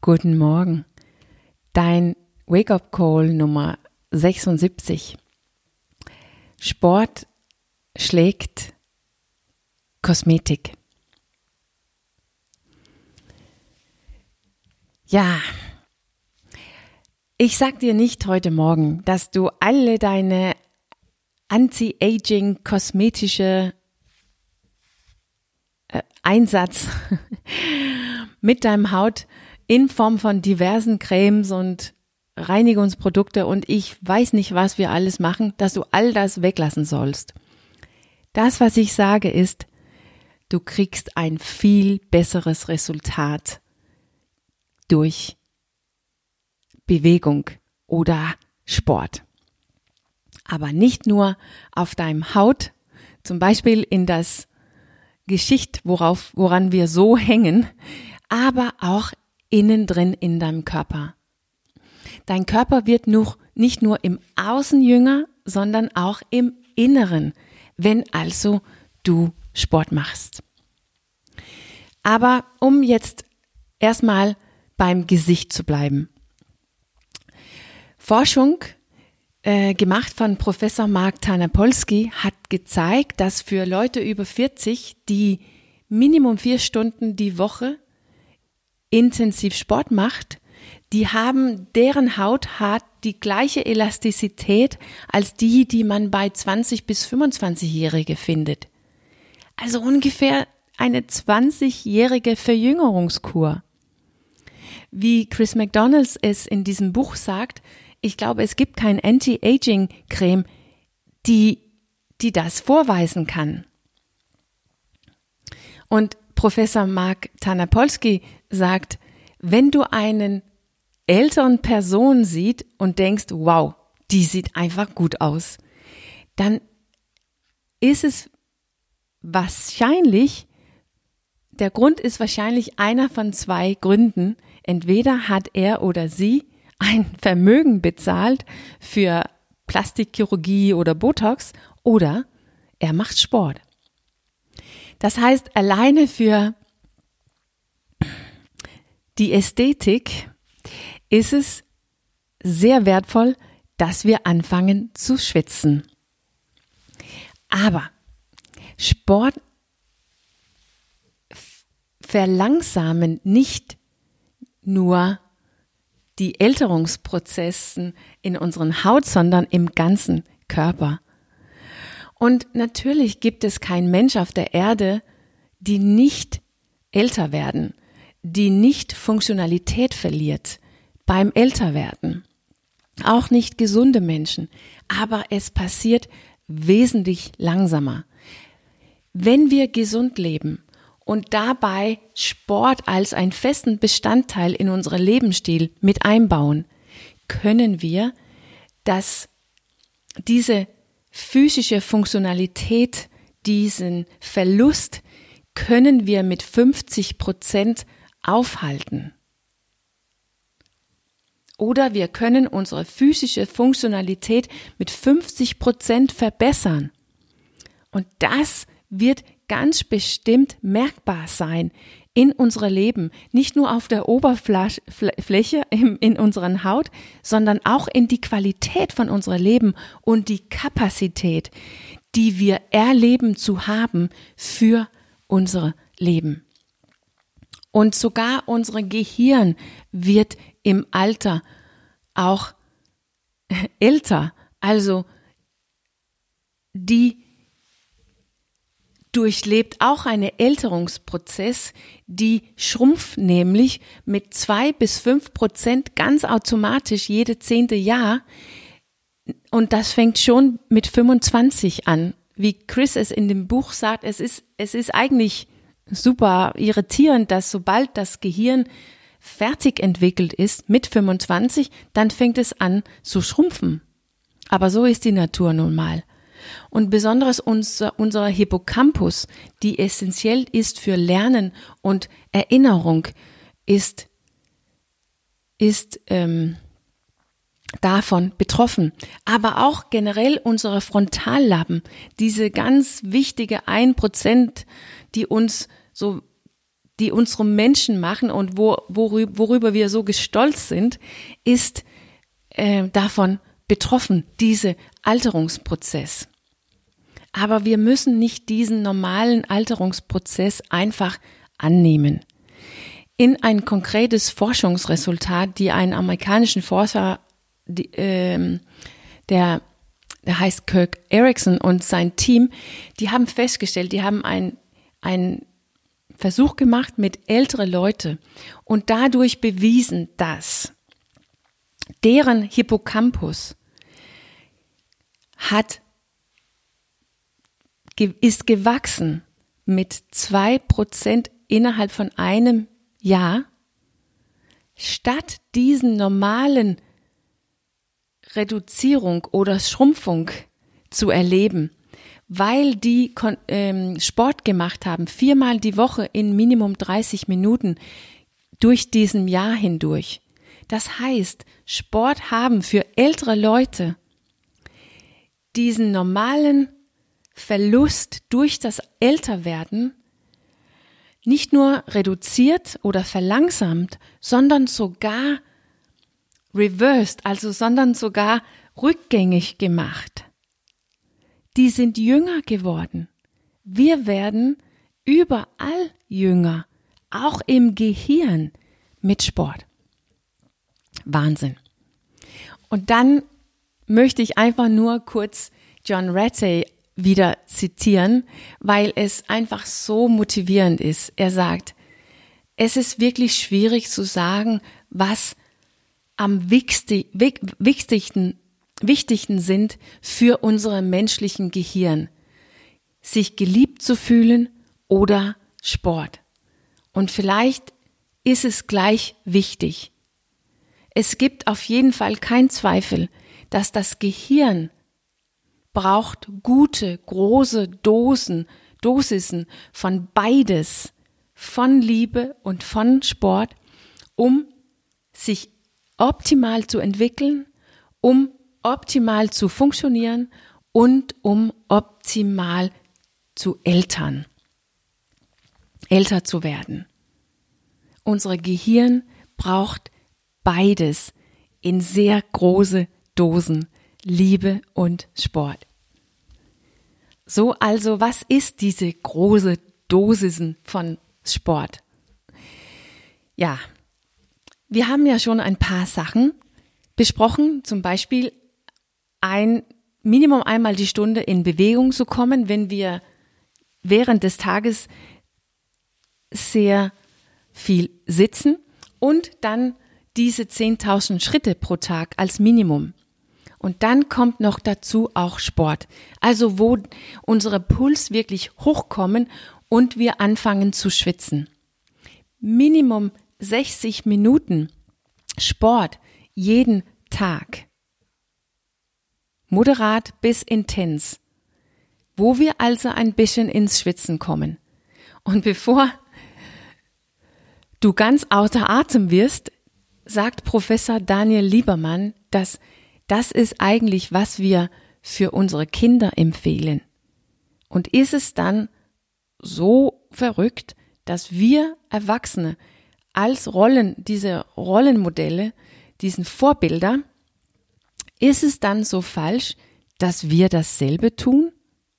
Guten Morgen, dein Wake-up-Call Nummer 76. Sport schlägt Kosmetik. Ja, ich sag dir nicht heute Morgen, dass du alle deine Anti-Aging kosmetische Einsatz mit deinem Haut in Form von diversen Cremes und Reinigungsprodukte und ich weiß nicht, was wir alles machen, dass du all das weglassen sollst. Das, was ich sage, ist, du kriegst ein viel besseres Resultat durch Bewegung oder Sport. Aber nicht nur auf deinem Haut, zum Beispiel in das Geschicht, woran wir so hängen, aber auch innen drin in deinem Körper. Dein Körper wird nicht nur im Außen jünger, sondern auch im Inneren, wenn also du Sport machst. Aber um jetzt erstmal beim Gesicht zu bleiben. Forschung gemacht von Professor Mark Tarnopolsky hat gezeigt, dass für Leute über 40, die Minimum 4 Stunden die Woche intensiv Sport macht, deren Haut hat die gleiche Elastizität als die man bei 20- bis 25-Jährige findet. Also ungefähr eine 20-jährige Verjüngerungskur. Wie Chris McDonald es in diesem Buch sagt, ich glaube, es gibt kein Anti-Aging-Creme, die das vorweisen kann. Und Professor Mark Tarnopolsky sagt, wenn du einen älteren Person siehst und denkst, wow, die sieht einfach gut aus, dann ist es wahrscheinlich, der Grund ist wahrscheinlich einer von 2 Gründen. Entweder hat er oder sie ein Vermögen bezahlt für Plastikchirurgie oder Botox oder er macht Sport. Das heißt, alleine für die Ästhetik ist es sehr wertvoll, dass wir anfangen zu schwitzen. Aber Sport verlangsamen nicht nur die Älterungsprozessen in unseren Haut, sondern im ganzen Körper. Und natürlich gibt es keinen Mensch auf der Erde, die nicht älter werden, die nicht Funktionalität verliert beim Älterwerden. Auch nicht gesunde Menschen. Aber es passiert wesentlich langsamer. Wenn wir gesund leben und dabei Sport als einen festen Bestandteil in unseren Lebensstil mit einbauen, können wir diese physische Funktionalität, diesen Verlust, können wir mit 50% aufhalten. Oder wir können unsere physische Funktionalität mit 50% verbessern. Und das wird ganz bestimmt merkbar sein in unserem Leben, nicht nur auf der Oberfläche in unserer Haut, sondern auch in die Qualität von unserem Leben und die Kapazität, die wir erleben zu haben für unser Leben. Und sogar unser Gehirn wird im Alter auch älter, also die durchlebt auch einen Älterungsprozess, die schrumpft nämlich mit 2 bis 5% ganz automatisch jede 10. Jahr und das fängt schon mit 25 an. Wie Chris es in dem Buch sagt, es ist eigentlich super irritierend, dass sobald das Gehirn fertig entwickelt ist mit 25, dann fängt es an zu schrumpfen. Aber so ist die Natur nun mal. Und besonders unser Hippocampus, die essentiell ist für Lernen und Erinnerung, ist davon betroffen. Aber auch generell unsere Frontallappen, diese ganz wichtige 1%, die die unsere Menschen machen und worüber wir so stolz sind, ist davon betroffen, dieser Alterungsprozess. Aber wir müssen nicht diesen normalen Alterungsprozess einfach annehmen. In ein konkretes Forschungsresultat, die einen amerikanischen Forscher, der heißt Kirk Erickson und sein Team, die haben festgestellt, die haben einen Versuch gemacht mit älteren Leuten und dadurch bewiesen, dass deren Hippocampus ist gewachsen mit 2% innerhalb von einem Jahr, statt diesen normalen Reduzierung oder Schrumpfung zu erleben, weil die Sport gemacht haben, 4-mal die Woche in Minimum 30 Minuten durch diesen Jahr hindurch. Das heißt, Sport haben für ältere Leute diesen normalen Verlust durch das Älterwerden nicht nur reduziert oder verlangsamt, sondern sogar reversed, sondern sogar rückgängig gemacht. Die sind jünger geworden. Wir werden überall jünger, auch im Gehirn mit Sport. Wahnsinn. Und dann möchte ich einfach nur kurz John Ratey wieder zitieren, weil es einfach so motivierend ist. Er sagt, es ist wirklich schwierig zu sagen, was am wichtigsten sind für unsere menschlichen Gehirn. Sich geliebt zu fühlen oder Sport. Und vielleicht ist es gleich wichtig. Es gibt auf jeden Fall keinen Zweifel, dass das Gehirn braucht gute, große Dosissen von beides, von Liebe und von Sport, um sich optimal zu entwickeln, um optimal zu funktionieren und um optimal älter zu werden. Unser Gehirn braucht beides in sehr große Dosen, Liebe und Sport. So also, was ist diese große Dosis von Sport? Ja, wir haben ja schon ein paar Sachen besprochen, zum Beispiel Minimum einmal die Stunde in Bewegung zu kommen, wenn wir während des Tages sehr viel sitzen und dann diese 10.000 Schritte pro Tag als Minimum. Und dann kommt noch dazu auch Sport, also wo unsere Puls wirklich hochkommen und wir anfangen zu schwitzen. Minimum 60 Minuten Sport jeden Tag. Moderat bis intens, wo wir also ein bisschen ins Schwitzen kommen. Und bevor du ganz außer Atem wirst, sagt Professor Daniel Lieberman, dass das ist eigentlich, was wir für unsere Kinder empfehlen. Und ist es dann so verrückt, dass wir Erwachsene als diese Rollenmodelle, diesen Vorbilder, ist es dann so falsch, dass wir dasselbe tun?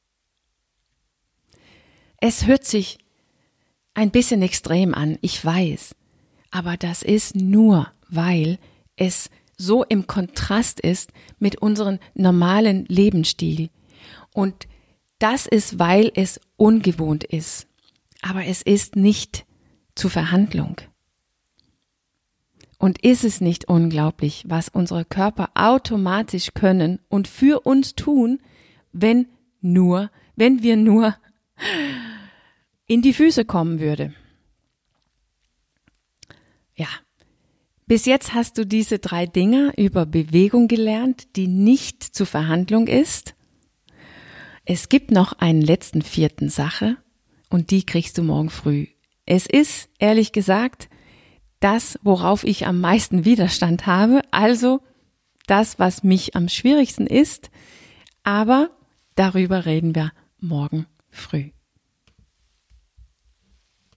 Es hört sich ein bisschen extrem an, ich weiß, aber das ist nur, weil es so im Kontrast ist mit unserem normalen Lebensstil. Und das ist, weil es ungewohnt ist. Aber es ist nicht zur Verhandlung. Und ist es nicht unglaublich, was unsere Körper automatisch können und für uns tun, wenn wir nur in die Füße kommen würde? Ja. Bis jetzt hast du diese 3 Dinge über Bewegung gelernt, die nicht zur Verhandlung ist. Es gibt noch einen letzten 4. Sache und die kriegst du morgen früh. Es ist, ehrlich gesagt, das, worauf ich am meisten Widerstand habe, also das, was mich am schwierigsten ist, aber darüber reden wir morgen früh.